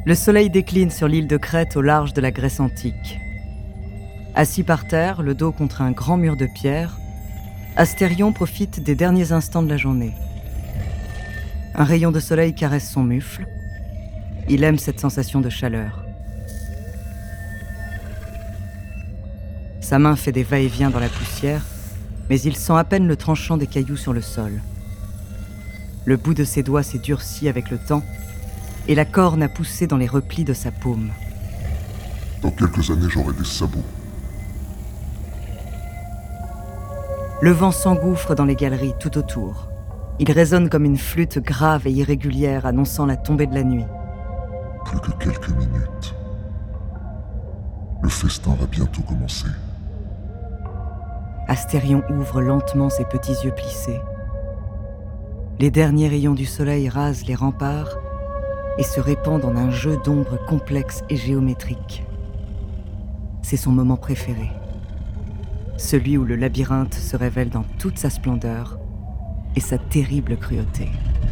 Le soleil décline sur l'île de Crète au large de la Grèce antique. Assis par terre, le dos contre un grand mur de pierre, Astérion profite des derniers instants de la journée. Un rayon de soleil caresse son mufle. Il aime cette sensation de chaleur. Sa main fait des va-et-vient dans la poussière, mais il sent à peine le tranchant des cailloux sur le sol. Le bout de ses doigts s'est durci avec le temps, et la corne a poussé dans les replis de sa paume. Dans quelques années, j'aurai des sabots. Le vent s'engouffre dans les galeries tout autour. Il résonne comme une flûte grave et irrégulière annonçant la tombée de la nuit. Plus que quelques minutes. Le festin va bientôt commencer. Astérion ouvre lentement ses petits yeux plissés. Les derniers rayons du soleil rasent les remparts et se répandent en un jeu d'ombres complexes et géométriques. C'est son moment préféré. Celui où le labyrinthe se révèle dans toute sa splendeur et sa terrible cruauté.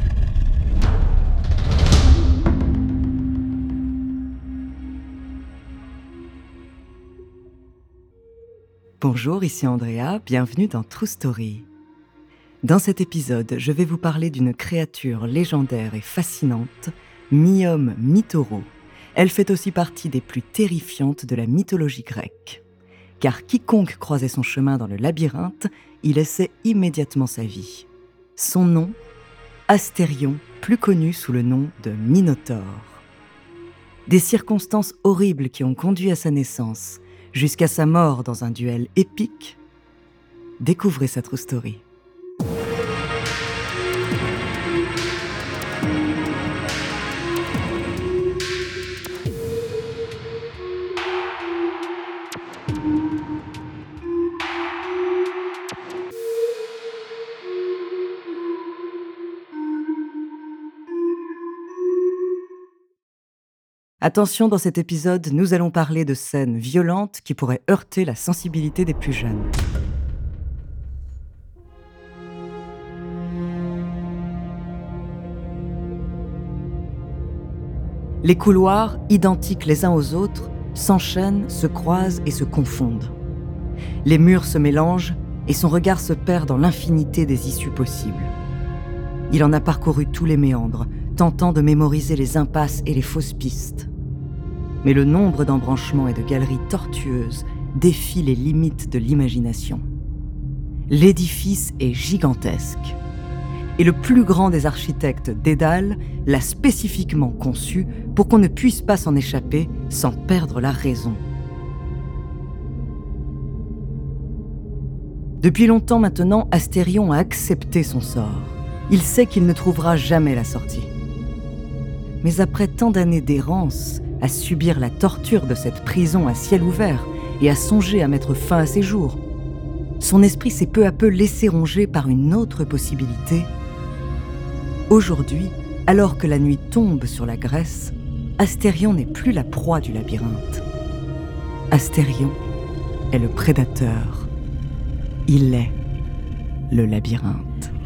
Bonjour, ici Andrea, bienvenue dans True Story. Dans cet épisode, je vais vous parler d'une créature légendaire et fascinante, mi-homme, mi-taureau. Elle fait aussi partie des plus terrifiantes de la mythologie grecque. Car quiconque croisait son chemin dans le labyrinthe, y laissait immédiatement sa vie. Son nom, Astérion, plus connu sous le nom de Minotaure. Des circonstances horribles qui ont conduit à sa naissance, jusqu'à sa mort dans un duel épique, découvrez sa True Story. Attention, dans cet épisode, nous allons parler de scènes violentes qui pourraient heurter la sensibilité des plus jeunes. Les couloirs, identiques les uns aux autres, s'enchaînent, se croisent et se confondent. Les murs se mélangent et son regard se perd dans l'infinité des issues possibles. Il en a parcouru tous les méandres, tentant de mémoriser les impasses et les fausses pistes. Mais le nombre d'embranchements et de galeries tortueuses défie les limites de l'imagination. L'édifice est gigantesque. Et le plus grand des architectes, Dédale, l'a spécifiquement conçu pour qu'on ne puisse pas s'en échapper sans perdre la raison. Depuis longtemps maintenant, Astérion a accepté son sort. Il sait qu'il ne trouvera jamais la sortie. Mais après tant d'années d'errance, à subir la torture de cette prison à ciel ouvert et à songer à mettre fin à ses jours, son esprit s'est peu à peu laissé ronger par une autre possibilité. Aujourd'hui, alors que la nuit tombe sur la Grèce, Astérion n'est plus la proie du labyrinthe. Astérion est le prédateur. Il est le labyrinthe.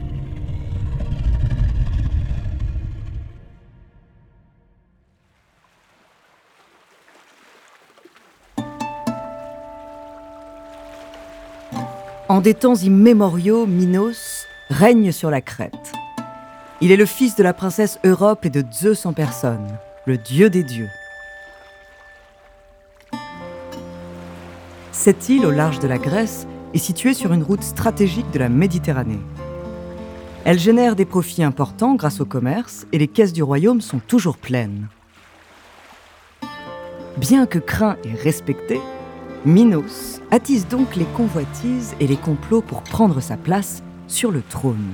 En des temps immémoriaux, Minos règne sur la Crète. Il est le fils de la princesse Europe et de Zeus en personne, le dieu des dieux. Cette île au large de la Grèce est située sur une route stratégique de la Méditerranée. Elle génère des profits importants grâce au commerce et les caisses du royaume sont toujours pleines. Bien que craint et respecté, Minos attise donc les convoitises et les complots pour prendre sa place sur le trône.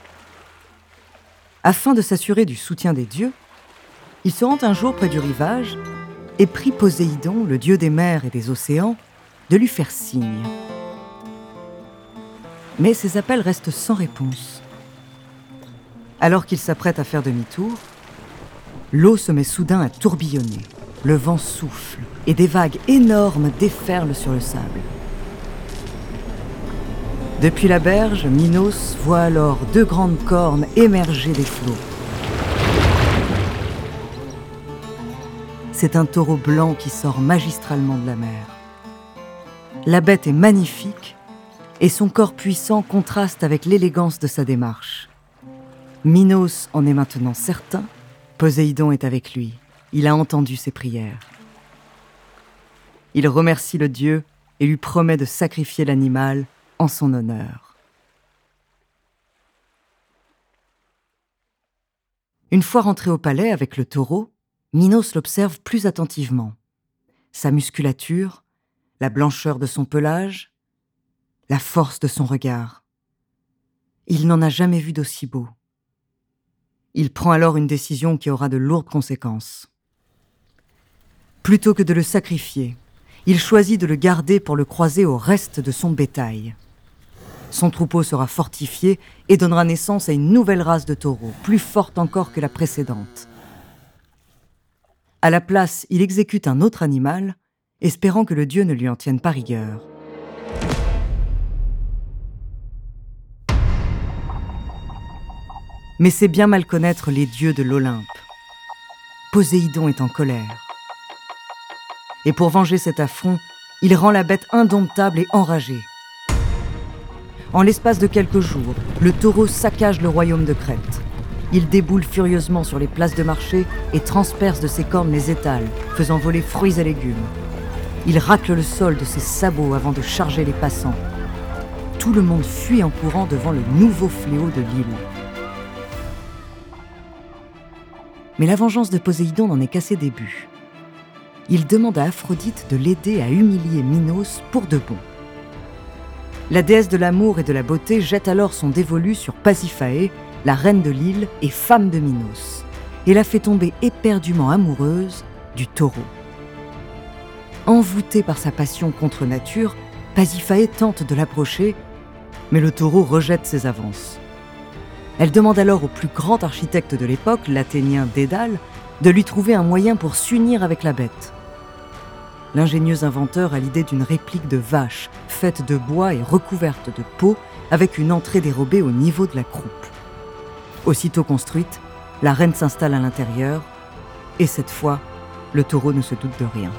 Afin de s'assurer du soutien des dieux, il se rend un jour près du rivage et prie Poséidon, le dieu des mers et des océans, de lui faire signe. Mais ses appels restent sans réponse. Alors qu'il s'apprête à faire demi-tour, l'eau se met soudain à tourbillonner. Le vent souffle et des vagues énormes déferlent sur le sable. Depuis la berge, Minos voit alors deux grandes cornes émerger des flots. c'est un taureau blanc qui sort magistralement de la mer. La bête est magnifique et son corps puissant contraste avec l'élégance de sa démarche. Minos en est maintenant certain, Poséidon est avec lui, il a entendu ses prières. Il remercie le dieu et lui promet de sacrifier l'animal en son honneur. Une fois rentré au palais avec le taureau, Minos l'observe plus attentivement. Sa musculature, la blancheur de son pelage, la force de son regard. Il n'en a jamais vu d'aussi beau. Il prend alors une décision qui aura de lourdes conséquences. Plutôt que de le sacrifier, il choisit de le garder pour le croiser au reste de son bétail. Son troupeau sera fortifié et donnera naissance à une nouvelle race de taureaux, plus forte encore que la précédente. À la place, il exécute un autre animal, espérant que le dieu ne lui en tienne pas rigueur. Mais c'est bien mal connaître les dieux de l'Olympe. Poséidon est en colère. Et pour venger cet affront, il rend la bête indomptable et enragée. En l'espace de quelques jours, le taureau saccage le royaume de Crète. Il déboule furieusement sur les places de marché et transperce de ses cornes les étals, faisant voler fruits et légumes. Il racle le sol de ses sabots avant de charger les passants. Tout le monde fuit en courant devant le nouveau fléau de l'île. Mais la vengeance de Poséidon n'en est qu'à ses débuts. Il demande à Aphrodite de l'aider à humilier Minos pour de bon. La déesse de l'amour et de la beauté jette alors son dévolu sur Pasiphaë, la reine de l'île et femme de Minos, et la fait tomber éperdument amoureuse du taureau. Envoûtée par sa passion contre nature, Pasiphaë tente de l'approcher, mais le taureau rejette ses avances. Elle demande alors au plus grand architecte de l'époque, l'Athénien Dédale, de lui trouver un moyen pour s'unir avec la bête. L'ingénieux inventeur a l'idée d'une réplique de vache, faite de bois et recouverte de peau, avec une entrée dérobée au niveau de la croupe. Aussitôt construite, la reine s'installe à l'intérieur, et cette fois, le taureau ne se doute de rien.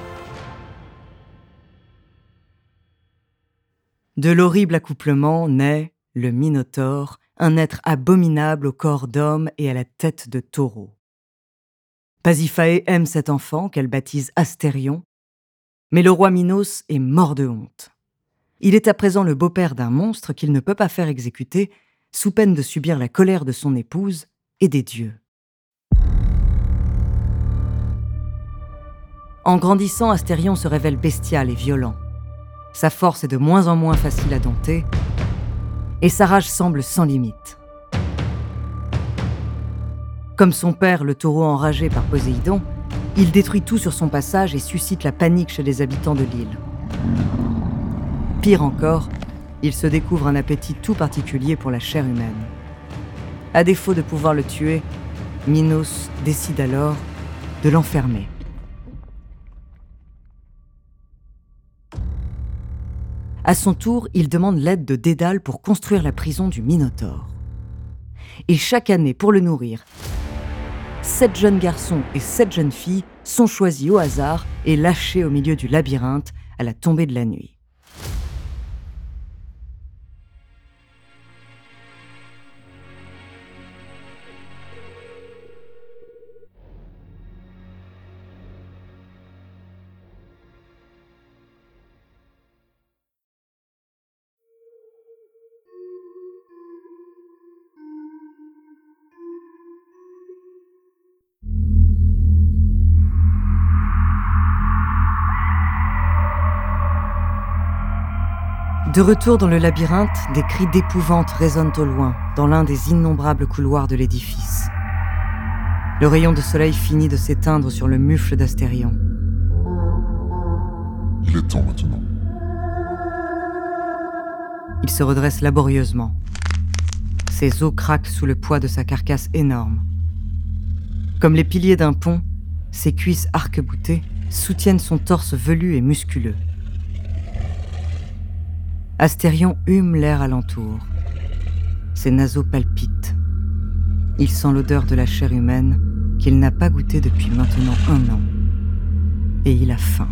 De l'horrible accouplement naît le Minotaure, un être abominable au corps d'homme et à la tête de taureau. Pasiphaë aime cet enfant qu'elle baptise Astérion, mais le roi Minos est mort de honte. Il est à présent le beau-père d'un monstre qu'il ne peut pas faire exécuter, sous peine de subir la colère de son épouse et des dieux. En grandissant, Astérion se révèle bestial et violent. Sa force est de moins en moins facile à dompter, et sa rage semble sans limite. Comme son père, le taureau enragé par Poséidon, il détruit tout sur son passage et suscite la panique chez les habitants de l'île. Pire encore, il se découvre un appétit tout particulier pour la chair humaine. À défaut de pouvoir le tuer, Minos décide alors de l'enfermer. À son tour, il demande l'aide de Dédale pour construire la prison du Minotaure. Et chaque année, pour le nourrir, 7 jeunes garçons et 7 jeunes filles sont choisis au hasard et lâchés au milieu du labyrinthe à la tombée de la nuit. De retour dans le labyrinthe, des cris d'épouvante résonnent au loin, dans l'un des innombrables couloirs de l'édifice. Le rayon de soleil finit de s'éteindre sur le mufle d'Astérion. Il est temps maintenant. Il se redresse laborieusement. Ses os craquent sous le poids de sa carcasse énorme. Comme les piliers d'un pont, ses cuisses arc-boutées soutiennent son torse velu et musculeux. Astérion hume l'air alentour. Ses naseaux palpitent. Il sent l'odeur de la chair humaine qu'il n'a pas goûtée depuis maintenant 1 an. et il a faim.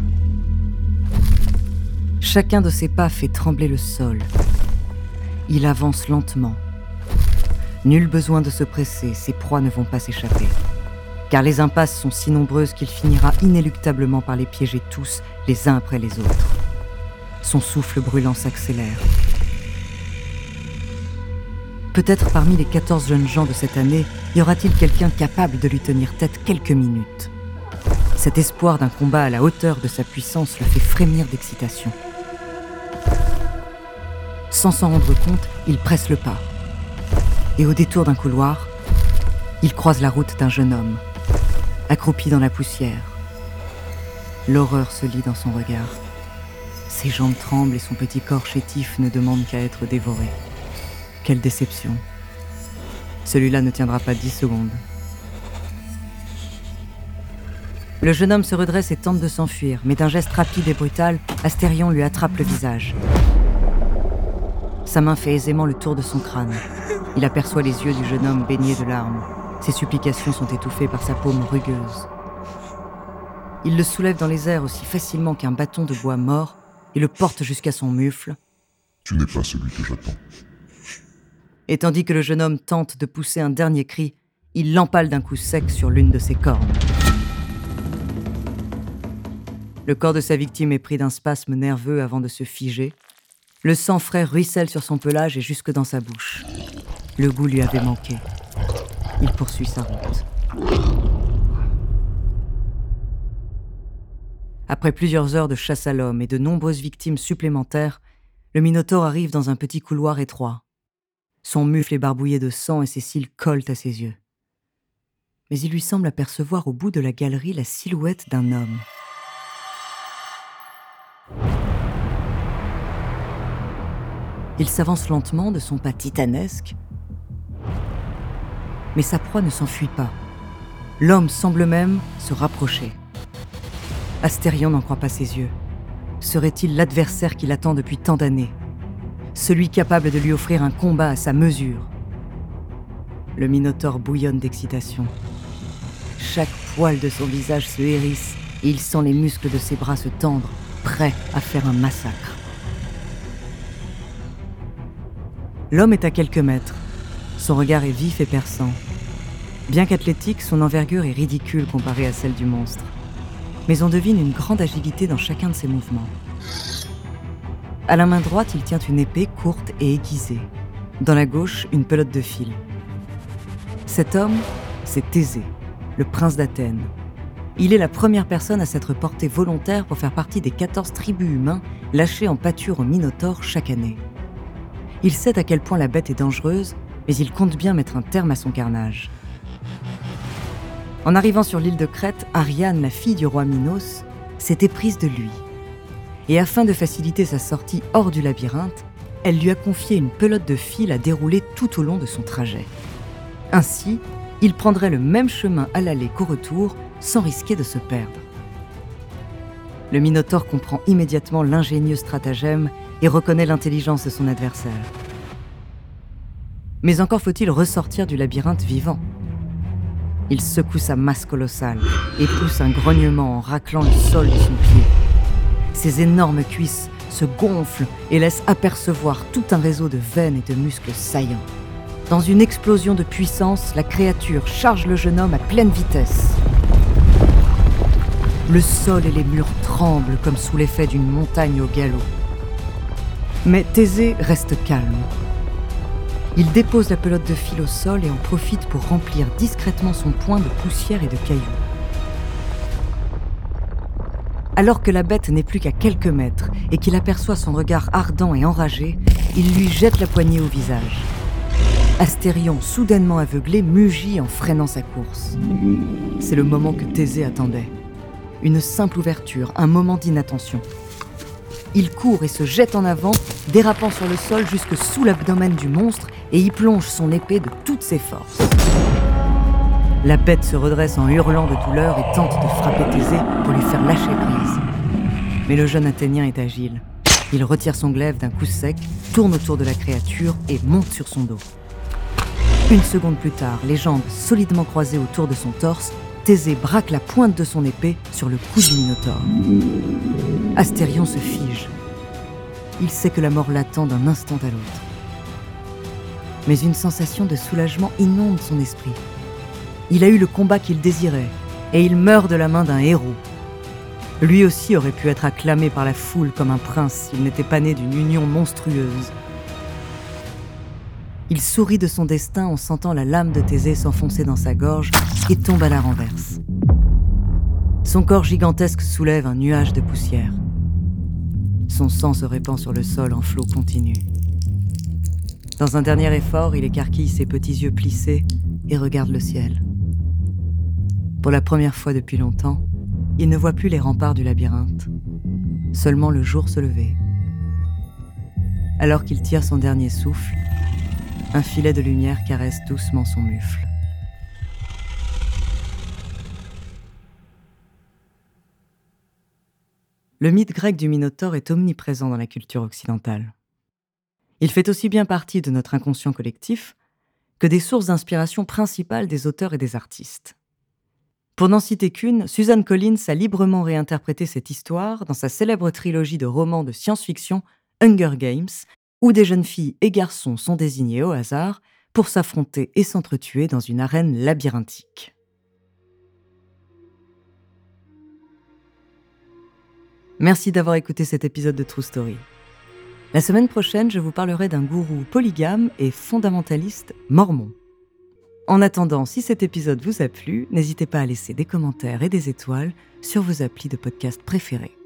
Chacun de ses pas fait trembler le sol. Il avance lentement. Nul besoin de se presser, ses proies ne vont pas s'échapper. Car les impasses sont si nombreuses qu'il finira inéluctablement par les piéger tous, les uns après les autres. Son souffle brûlant s'accélère. Peut-être parmi les 14 jeunes gens de cette année, y aura-t-il quelqu'un capable de lui tenir tête quelques minutes. Cet espoir d'un combat à la hauteur de sa puissance le fait frémir d'excitation. Sans s'en rendre compte, il presse le pas. Et au détour d'un couloir, il croise la route d'un jeune homme, accroupi dans la poussière. L'horreur se lit dans son regard. Ses jambes tremblent et son petit corps chétif ne demande qu'à être dévoré. Quelle déception. Celui-là ne tiendra pas 10 secondes. Le jeune homme se redresse et tente de s'enfuir, mais d'un geste rapide et brutal, Astérion lui attrape le visage. Sa main fait aisément le tour de son crâne. Il aperçoit les yeux du jeune homme baignés de larmes. Ses supplications sont étouffées par sa paume rugueuse. Il le soulève dans les airs aussi facilement qu'un bâton de bois mort et le porte jusqu'à son mufle. Tu n'es pas celui que j'attends. Et tandis que le jeune homme tente de pousser un dernier cri, il l'empale d'un coup sec sur l'une de ses cornes. Le corps de sa victime est pris d'un spasme nerveux avant de se figer. Le sang frais ruisselle sur son pelage et jusque dans sa bouche. Le goût lui avait manqué. Il poursuit sa route. Après plusieurs heures de chasse à l'homme et de nombreuses victimes supplémentaires, le Minotaure arrive dans un petit couloir étroit. Son mufle est barbouillé de sang et ses cils collent à ses yeux. Mais il lui semble apercevoir au bout de la galerie la silhouette d'un homme. Il s'avance lentement de son pas titanesque, mais sa proie ne s'enfuit pas. L'homme semble même se rapprocher. Astérion n'en croit pas ses yeux. Serait-il l'adversaire qui l'attend depuis tant d'années ? Celui capable de lui offrir un combat à sa mesure ? Le Minotaure bouillonne d'excitation. Chaque poil de son visage se hérisse et il sent les muscles de ses bras se tendre, prêts à faire un massacre. L'homme est à quelques mètres. Son regard est vif et perçant. Bien qu'athlétique, son envergure est ridicule comparée à celle du monstre. Mais on devine une grande agilité dans chacun de ses mouvements. À la main droite, il tient une épée courte et aiguisée. Dans la gauche, une pelote de fil. Cet homme, c'est Thésée, le prince d'Athènes. Il est la première personne à s'être porté volontaire pour faire partie des 14 tribus humains lâchés en pâture au Minotaure chaque année. Il sait à quel point la bête est dangereuse, mais il compte bien mettre un terme à son carnage. En arrivant sur l'île de Crète, Ariane, la fille du roi Minos, s'est éprise de lui. Et afin de faciliter sa sortie hors du labyrinthe, elle lui a confié une pelote de fil à dérouler tout au long de son trajet. Ainsi, il prendrait le même chemin à l'aller qu'au retour, sans risquer de se perdre. Le Minotaure comprend immédiatement l'ingénieux stratagème et reconnaît l'intelligence de son adversaire. Mais encore faut-il ressortir du labyrinthe vivant. Il secoue sa masse colossale et pousse un grognement en raclant le sol de son pied. Ses énormes cuisses se gonflent et laissent apercevoir tout un réseau de veines et de muscles saillants. Dans une explosion de puissance, la créature charge le jeune homme à pleine vitesse. Le sol et les murs tremblent comme sous l'effet d'une montagne au galop. Mais Thésée reste calme. Il dépose la pelote de fil au sol et en profite pour remplir discrètement son poing de poussière et de cailloux. Alors que la bête n'est plus qu'à quelques mètres et qu'il aperçoit son regard ardent et enragé, il lui jette la poignée au visage. Astérion, soudainement aveuglé, mugit en freinant sa course. C'est le moment que Thésée attendait. Une simple ouverture, un moment d'inattention. Il court et se jette en avant, dérapant sur le sol jusque sous l'abdomen du monstre et y plonge son épée de toutes ses forces. La bête se redresse en hurlant de douleur et tente de frapper Thésée pour lui faire lâcher prise. Mais le jeune Athénien est agile. Il retire son glaive d'un coup sec, tourne autour de la créature et monte sur son dos. Une seconde plus tard, les jambes solidement croisées autour de son torse, Thésée braque la pointe de son épée sur le cou du Minotaure. Astérion se fige. Il sait que la mort l'attend d'un instant à l'autre. Mais une sensation de soulagement inonde son esprit. Il a eu le combat qu'il désirait, et il meurt de la main d'un héros. Lui aussi aurait pu être acclamé par la foule comme un prince s'il n'était pas né d'une union monstrueuse. Il sourit de son destin en sentant la lame de Thésée s'enfoncer dans sa gorge et tombe à la renverse. Son corps gigantesque soulève un nuage de poussière. Son sang se répand sur le sol en flot continu. Dans un dernier effort, il écarquille ses petits yeux plissés et regarde le ciel. Pour la première fois depuis longtemps, il ne voit plus les remparts du labyrinthe, seulement le jour se lever. Alors qu'il tire son dernier souffle, un filet de lumière caresse doucement son mufle. Le mythe grec du Minotaure est omniprésent dans la culture occidentale. Il fait aussi bien partie de notre inconscient collectif que des sources d'inspiration principales des auteurs et des artistes. Pour n'en citer qu'une, Suzanne Collins a librement réinterprété cette histoire dans sa célèbre trilogie de romans de science-fiction Hunger Games, où des jeunes filles et garçons sont désignés au hasard pour s'affronter et s'entretuer dans une arène labyrinthique. Merci d'avoir écouté cet épisode de True Story. La semaine prochaine, je vous parlerai d'un gourou polygame et fondamentaliste mormon. En attendant, si cet épisode vous a plu, n'hésitez pas à laisser des commentaires et des étoiles sur vos applis de podcast préférés.